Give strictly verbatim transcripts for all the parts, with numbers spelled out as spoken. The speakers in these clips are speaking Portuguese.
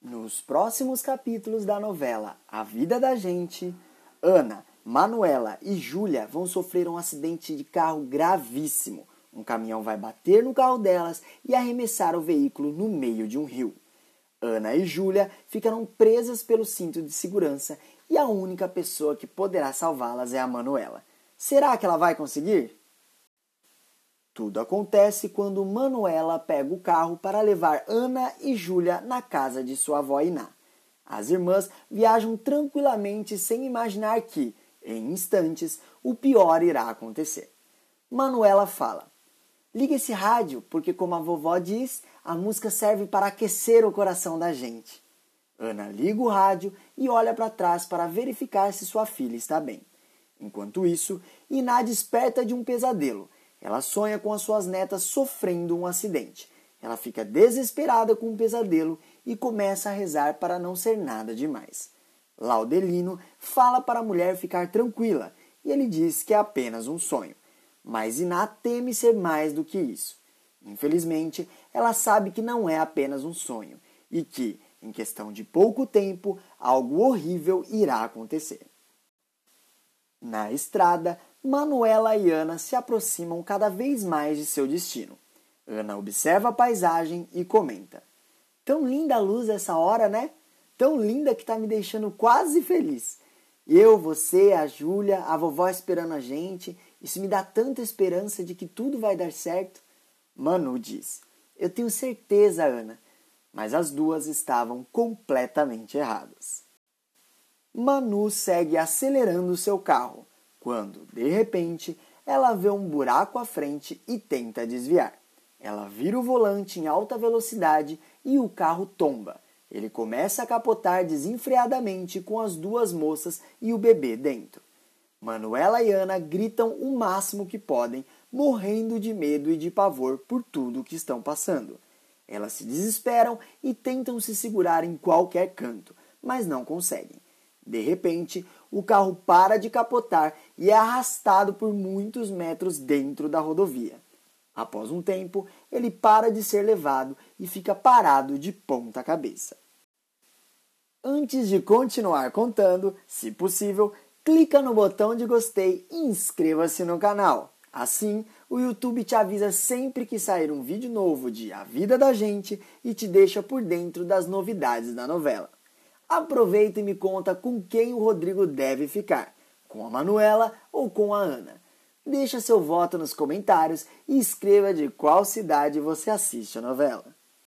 Nos próximos capítulos da novela A Vida da Gente, Ana, Manuela e Júlia vão sofrer um acidente de carro gravíssimo. Um caminhão vai bater no carro delas e arremessar o veículo no meio de um rio. Ana e Júlia ficarão presas pelo cinto de segurança e a única pessoa que poderá salvá-las é a Manuela. Será que ela vai conseguir? Tudo acontece quando Manuela pega o carro para levar Ana e Júlia na casa de sua avó Iná. As irmãs viajam tranquilamente sem imaginar que, em instantes, o pior irá acontecer. Manuela fala: "Liga esse rádio, porque como a vovó diz, a música serve para aquecer o coração da gente." Ana liga o rádio e olha para trás para verificar se sua filha está bem. Enquanto isso, Iná desperta de um pesadelo. Ela sonha com as suas netas sofrendo um acidente. Ela fica desesperada com o pesadelo e começa a rezar para não ser nada demais. Laudelino fala para a mulher ficar tranquila e ele diz que é apenas um sonho. Mas Iná teme ser mais do que isso. Infelizmente, ela sabe que não é apenas um sonho e que, em questão de pouco tempo, algo horrível irá acontecer. Na estrada, Manuela e Ana se aproximam cada vez mais de seu destino. Ana observa a paisagem e comenta: "Tão linda a luz essa hora, né? Tão linda que está me deixando quase feliz. Eu, você, a Júlia, a vovó esperando a gente. Isso me dá tanta esperança de que tudo vai dar certo." Manu diz: "Eu tenho certeza, Ana." Mas as duas estavam completamente erradas. Manu segue acelerando seu carro, quando, de repente, ela vê um buraco à frente e tenta desviar. Ela vira o volante em alta velocidade e o carro tomba. Ele começa a capotar desenfreadamente com as duas moças e o bebê dentro. Manuela e Ana gritam o máximo que podem, morrendo de medo e de pavor por tudo o que estão passando. Elas se desesperam e tentam se segurar em qualquer canto, mas não conseguem. De repente, o carro para de capotar e é arrastado por muitos metros dentro da rodovia. Após um tempo, ele para de ser levado e fica parado de ponta cabeça. Antes de continuar contando, se possível, clica no botão de gostei e inscreva-se no canal. Assim, o YouTube te avisa sempre que sair um vídeo novo de A Vida da Gente e te deixa por dentro das novidades da novela. Aproveita e me conta com quem o Rodrigo deve ficar, com a Manuela ou com a Ana. Deixa seu voto nos comentários e escreva de qual cidade você assiste a novela.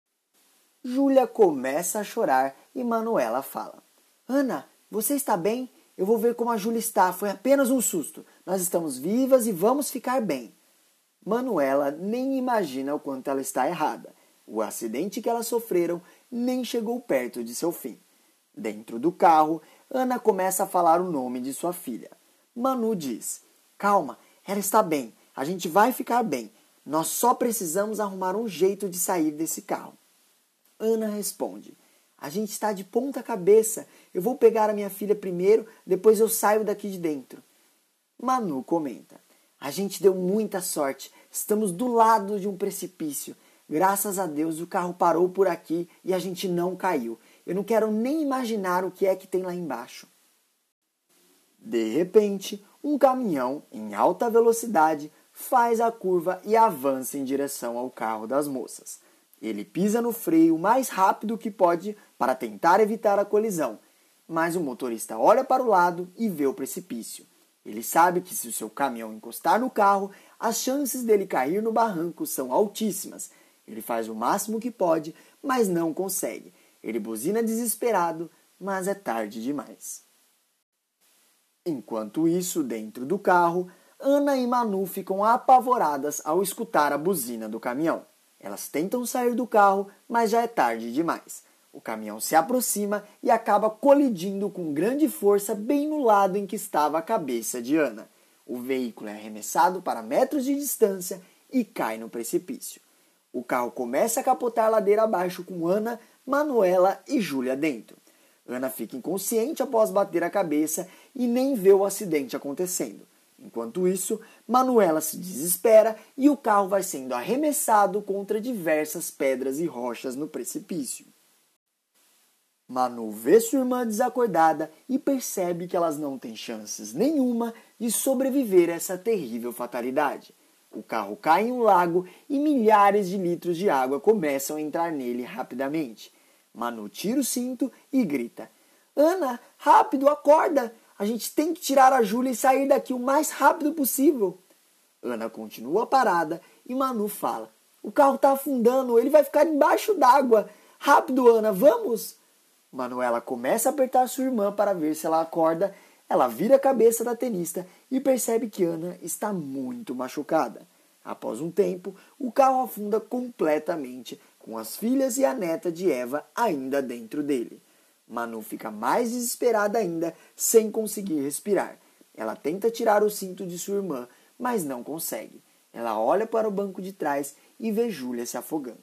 Júlia começa a chorar e Manuela fala: "Ana, você está bem? Eu vou ver como a Júlia está, foi apenas um susto. Nós estamos vivas e vamos ficar bem." Manuela nem imagina o quanto ela está errada. O acidente que elas sofreram nem chegou perto de seu fim. Dentro do carro, Ana começa a falar o nome de sua filha. Manu diz: "Calma, ela está bem, a gente vai ficar bem. Nós só precisamos arrumar um jeito de sair desse carro." Ana responde: "A gente está de ponta cabeça. Eu vou pegar a minha filha primeiro, depois eu saio daqui de dentro." Manu comenta: "A gente deu muita sorte. Estamos do lado de um precipício. Graças a Deus o carro parou por aqui e a gente não caiu. Eu não quero nem imaginar o que é que tem lá embaixo." De repente, um caminhão em alta velocidade faz a curva e avança em direção ao carro das moças. Ele pisa no freio o mais rápido que pode para tentar evitar a colisão, mas o motorista olha para o lado e vê o precipício. Ele sabe que se o seu caminhão encostar no carro, as chances dele cair no barranco são altíssimas. Ele faz o máximo que pode, mas não consegue. Ele buzina desesperado, mas é tarde demais. Enquanto isso, dentro do carro, Ana e Manu ficam apavoradas ao escutar a buzina do caminhão. Elas tentam sair do carro, mas já é tarde demais. O caminhão se aproxima e acaba colidindo com grande força bem no lado em que estava a cabeça de Ana. O veículo é arremessado para metros de distância e cai no precipício. O carro começa a capotar ladeira abaixo com Ana, Manuela e Júlia dentro. Ana fica inconsciente após bater a cabeça e nem vê o acidente acontecendo. Enquanto isso, Manuela se desespera e o carro vai sendo arremessado contra diversas pedras e rochas no precipício. Manu vê sua irmã desacordada e percebe que elas não têm chances nenhuma de sobreviver a essa terrível fatalidade. O carro cai em um lago e milhares de litros de água começam a entrar nele rapidamente. Manu tira o cinto e grita: Ana, rápido, acorda! A gente tem que tirar a Júlia e sair daqui o mais rápido possível. Ana continua parada e Manu fala: O carro está afundando, ele vai ficar embaixo d'água. Rápido, Ana, vamos! Manuela começa a apertar sua irmã para ver se ela acorda. Ela vira a cabeça da tenista e percebe que Ana está muito machucada. Após um tempo, o carro afunda completamente, com as filhas e a neta de Eva ainda dentro dele. Manu fica mais desesperada ainda, sem conseguir respirar. Ela tenta tirar o cinto de sua irmã, mas não consegue. Ela olha para o banco de trás e vê Júlia se afogando.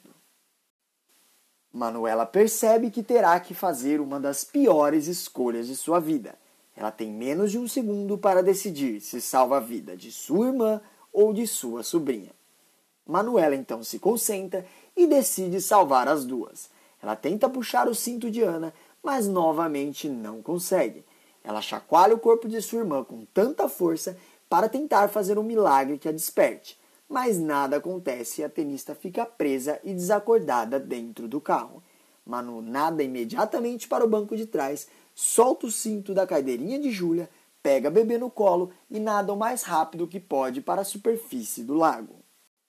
Manuela percebe que terá que fazer uma das piores escolhas de sua vida. Ela tem menos de um segundo para decidir se salva a vida de sua irmã ou de sua sobrinha. Manuela então se concentra e decide salvar as duas. Ela tenta puxar o cinto de Ana, mas novamente não consegue. Ela chacoalha o corpo de sua irmã com tanta força para tentar fazer um milagre que a desperte. Mas nada acontece e a tenista fica presa e desacordada dentro do carro. Manu nada imediatamente para o banco de trás, solta o cinto da cadeirinha de Júlia, pega a bebê no colo e nada o mais rápido que pode para a superfície do lago.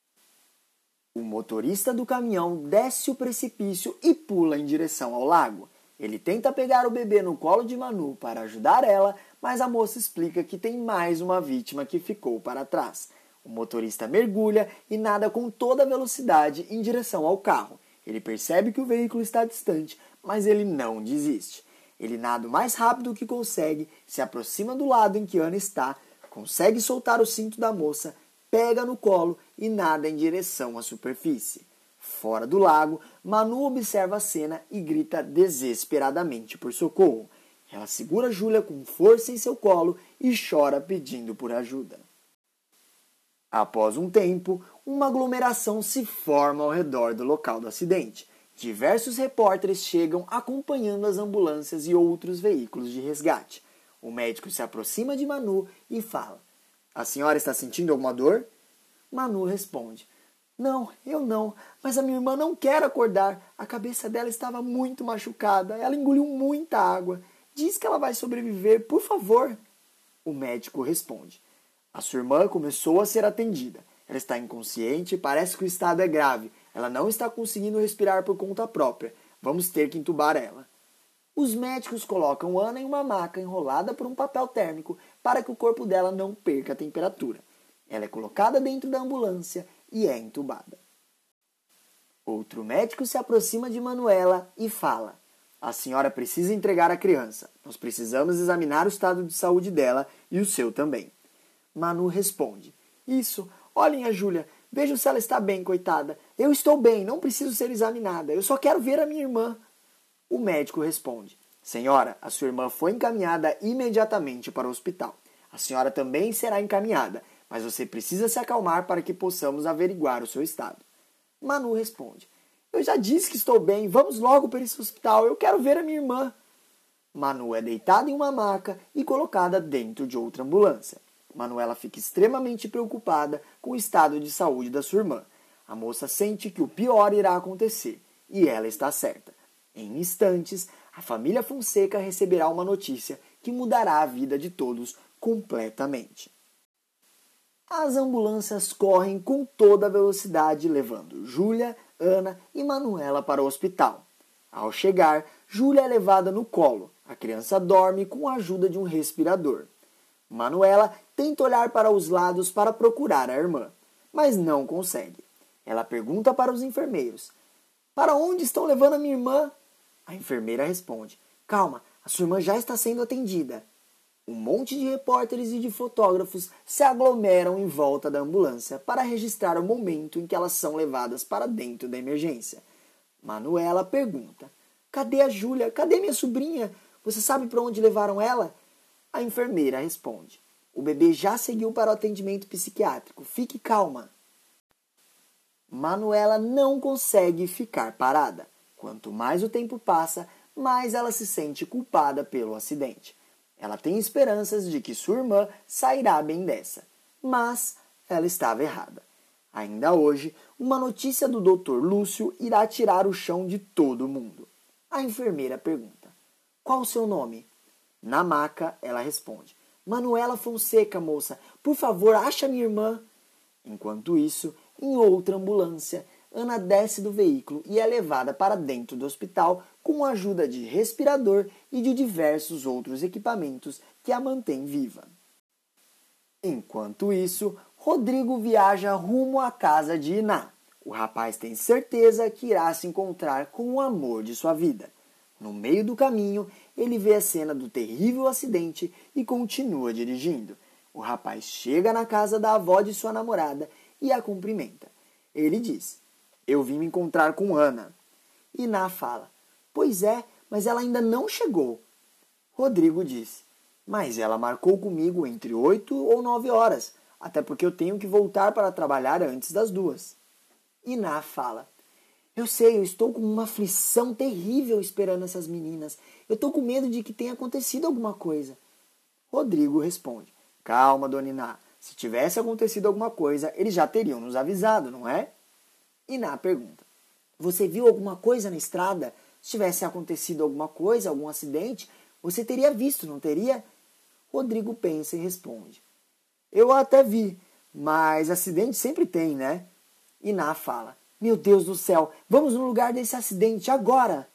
O motorista do caminhão desce o precipício e pula em direção ao lago. Ele tenta pegar o bebê no colo de Manu para ajudar ela, mas a moça explica que tem mais uma vítima que ficou para trás. O motorista mergulha e nada com toda a velocidade em direção ao carro. Ele percebe que o veículo está distante, mas ele não desiste. Ele nada o mais rápido que consegue, se aproxima do lado em que Ana está, consegue soltar o cinto da moça, pega no colo e nada em direção à superfície. Fora do lago, Manu observa a cena e grita desesperadamente por socorro. Ela segura Júlia com força em seu colo e chora pedindo por ajuda. Após um tempo, uma aglomeração se forma ao redor do local do acidente. Diversos repórteres chegam acompanhando as ambulâncias e outros veículos de resgate. O médico se aproxima de Manu e fala: A senhora está sentindo alguma dor? Manu responde: Não, eu não, mas a minha irmã não quer acordar. A cabeça dela estava muito machucada, ela engoliu muita água. Diz que ela vai sobreviver, por favor. O médico responde: A sua irmã começou a ser atendida. Ela está inconsciente e parece que o estado é grave. Ela não está conseguindo respirar por conta própria. Vamos ter que entubar ela. Os médicos colocam Ana em uma maca enrolada por um papel térmico para que o corpo dela não perca a temperatura. Ela é colocada dentro da ambulância e é entubada. Outro médico se aproxima de Manuela e fala: A senhora precisa entregar a criança. Nós precisamos examinar o estado de saúde dela e o seu também. Manu responde: Isso, olhem a Júlia, vejam se ela está bem, coitada. Eu estou bem, não preciso ser examinada, eu só quero ver a minha irmã. O médico responde: Senhora, a sua irmã foi encaminhada imediatamente para o hospital. A senhora também será encaminhada, mas você precisa se acalmar para que possamos averiguar o seu estado. Manu responde: Eu já disse que estou bem, vamos logo para esse hospital, eu quero ver a minha irmã. Manu é deitada em uma maca e colocada dentro de outra ambulância. Manuela fica extremamente preocupada com o estado de saúde da sua irmã. A moça sente que o pior irá acontecer, e ela está certa. Em instantes, a família Fonseca receberá uma notícia que mudará a vida de todos completamente. As ambulâncias correm com toda a velocidade, levando Júlia, Ana e Manuela para o hospital. Ao chegar, Júlia é levada no colo. A criança dorme com a ajuda de um respirador. Manuela tenta olhar para os lados para procurar a irmã, mas não consegue. Ela pergunta para os enfermeiros: Para onde estão levando a minha irmã? A enfermeira responde: Calma, a sua irmã já está sendo atendida. Um monte de repórteres e de fotógrafos se aglomeram em volta da ambulância para registrar o momento em que elas são levadas para dentro da emergência. Manuela pergunta: Cadê a Júlia? Cadê minha sobrinha? Você sabe para onde levaram ela? A enfermeira responde: O bebê já seguiu para o atendimento psiquiátrico. Fique calma. Manuela não consegue ficar parada. Quanto mais o tempo passa, mas ela se sente culpada pelo acidente. Ela tem esperanças de que sua irmã sairá bem dessa, mas ela estava errada. Ainda hoje, uma notícia do doutor Lúcio irá tirar o chão de todo mundo. A enfermeira pergunta: qual o seu nome? Na maca, ela responde: Manuela Fonseca, moça. Por favor, acha minha irmã. Enquanto isso, em outra ambulância, Ana desce do veículo e é levada para dentro do hospital com a ajuda de respirador e de diversos outros equipamentos que a mantêm viva. Enquanto isso, Rodrigo viaja rumo à casa de Iná. O rapaz tem certeza que irá se encontrar com o amor de sua vida. No meio do caminho, ele vê a cena do terrível acidente e continua dirigindo. O rapaz chega na casa da avó de sua namorada e a cumprimenta. Ele diz: eu vim me encontrar com Ana. Iná fala: pois é, mas ela ainda não chegou. Rodrigo diz: mas ela marcou comigo entre oito ou nove horas, até porque eu tenho que voltar para trabalhar antes das duas. Iná fala: eu sei, eu estou com uma aflição terrível esperando essas meninas. Eu estou com medo de que tenha acontecido alguma coisa. Rodrigo responde: calma, dona Iná. Se tivesse acontecido alguma coisa, eles já teriam nos avisado, não é? Iná pergunta: você viu alguma coisa na estrada? Se tivesse acontecido alguma coisa, algum acidente, você teria visto, não teria? Rodrigo pensa e responde: eu até vi, mas acidente sempre tem, né? Iná fala: meu Deus do céu, vamos no lugar desse acidente agora!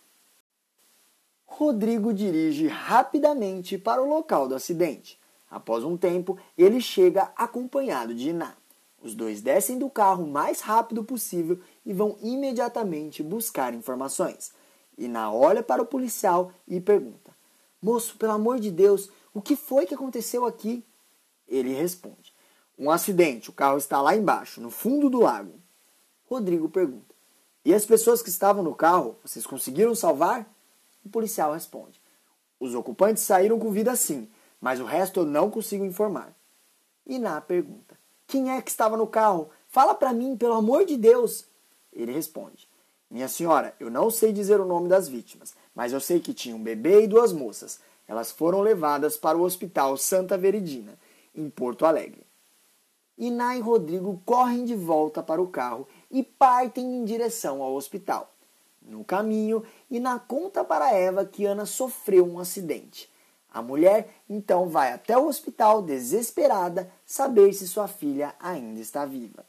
Rodrigo dirige rapidamente para o local do acidente. Após um tempo, ele chega acompanhado de Iná. Os dois descem do carro o mais rápido possível e vão imediatamente buscar informações. Iná olha para o policial e pergunta: moço, pelo amor de Deus, o que foi que aconteceu aqui? Ele responde: um acidente, o carro está lá embaixo, no fundo do lago. Rodrigo pergunta: e as pessoas que estavam no carro, vocês conseguiram salvar? O policial responde: os ocupantes saíram com vida sim, mas o resto eu não consigo informar. Iná pergunta: quem é que estava no carro? Fala para mim, pelo amor de Deus. Ele responde: minha senhora, eu não sei dizer o nome das vítimas, mas eu sei que tinha um bebê e duas moças. Elas foram levadas para o Hospital Santa Veredina, em Porto Alegre. Iná e Rodrigo correm de volta para o carro e partem em direção ao hospital. No caminho, Iná conta para Eva que Ana sofreu um acidente. A mulher então vai até o hospital desesperada saber se sua filha ainda está viva.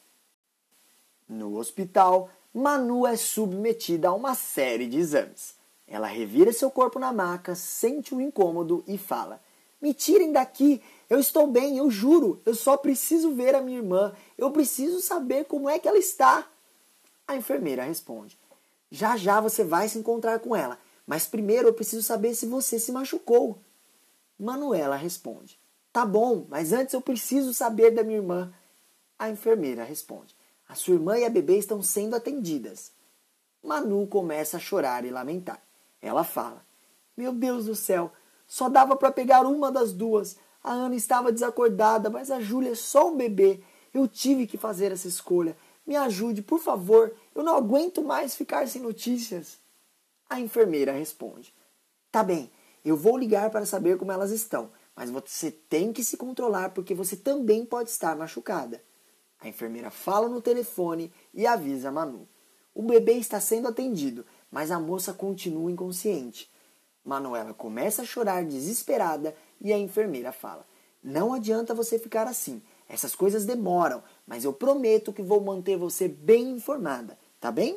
No hospital, Manu é submetida a uma série de exames. Ela revira seu corpo na maca, sente o incômodo e fala: me tirem daqui, eu estou bem, eu juro, eu só preciso ver a minha irmã, eu preciso saber como é que ela está. A enfermeira responde: já já você vai se encontrar com ela, mas primeiro eu preciso saber se você se machucou. Manuela responde: tá bom, mas antes eu preciso saber da minha irmã. A enfermeira responde: a sua irmã e a bebê estão sendo atendidas. Manu começa a chorar e lamentar. Ela fala: meu Deus do céu, só dava para pegar uma das duas. A Ana estava desacordada, mas a Júlia é só um bebê. Eu tive que fazer essa escolha. Me ajude, por favor. Eu não aguento mais ficar sem notícias. A enfermeira responde: tá bem, eu vou ligar para saber como elas estão, mas você tem que se controlar porque você também pode estar machucada. A enfermeira fala no telefone e avisa a Manu: o bebê está sendo atendido, mas a moça continua inconsciente. Manuela começa a chorar desesperada e a enfermeira fala: não adianta você ficar assim, essas coisas demoram, mas eu prometo que vou manter você bem informada, tá bem?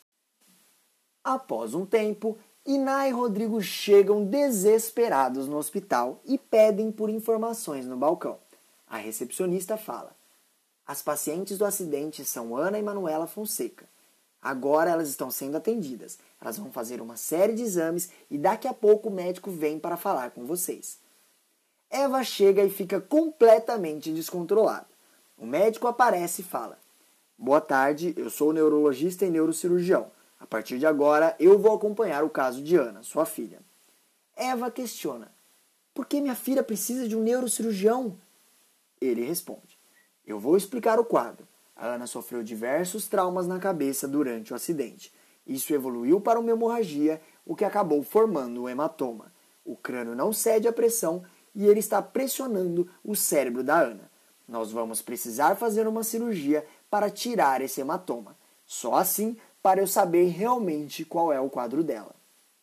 Após um tempo, Iná e Rodrigo chegam desesperados no hospital e pedem por informações no balcão. A recepcionista fala: as pacientes do acidente são Ana e Manuela Fonseca. Agora elas estão sendo atendidas. Elas vão fazer uma série de exames e daqui a pouco o médico vem para falar com vocês. Eva chega e fica completamente descontrolada. O médico aparece e fala: boa tarde, eu sou neurologista e neurocirurgião. A partir de agora, eu vou acompanhar o caso de Ana, sua filha. Eva questiona: por que minha filha precisa de um neurocirurgião? Ele responde: eu vou explicar o quadro. A Ana sofreu diversos traumas na cabeça durante o acidente. Isso evoluiu para uma hemorragia, o que acabou formando um hematoma. O crânio não cede à pressão e ele está pressionando o cérebro da Ana. Nós vamos precisar fazer uma cirurgia para tirar esse hematoma. Só assim para eu saber realmente qual é o quadro dela.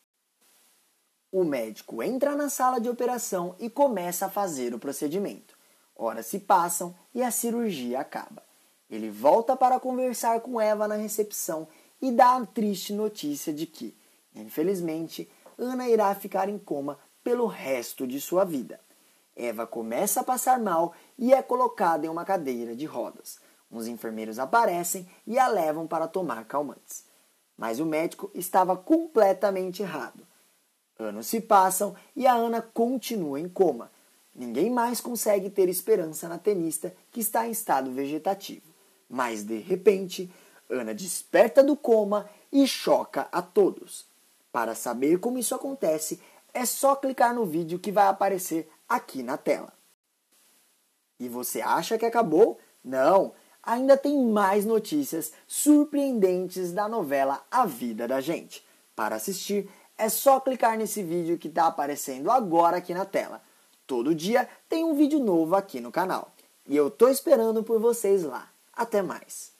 O médico entra na sala de operação e começa a fazer o procedimento. Horas se passam e a cirurgia acaba. Ele volta para conversar com Eva na recepção e dá a triste notícia de que, infelizmente, Ana irá ficar em coma pelo resto de sua vida. Eva começa a passar mal e é colocada em uma cadeira de rodas. Uns enfermeiros aparecem e a levam para tomar calmantes. Mas o médico estava completamente errado. Anos se passam e a Ana continua em coma. Ninguém mais consegue ter esperança na tenista que está em estado vegetativo. Mas, de repente, Ana desperta do coma e choca a todos. Para saber como isso acontece, é só clicar no vídeo que vai aparecer aqui na tela. E você acha que acabou? Não! Ainda tem mais notícias surpreendentes da novela A Vida da Gente. Para assistir, é só clicar nesse vídeo que está aparecendo agora aqui na tela. Todo dia tem um vídeo novo aqui no canal. E eu estou esperando por vocês lá. Até mais!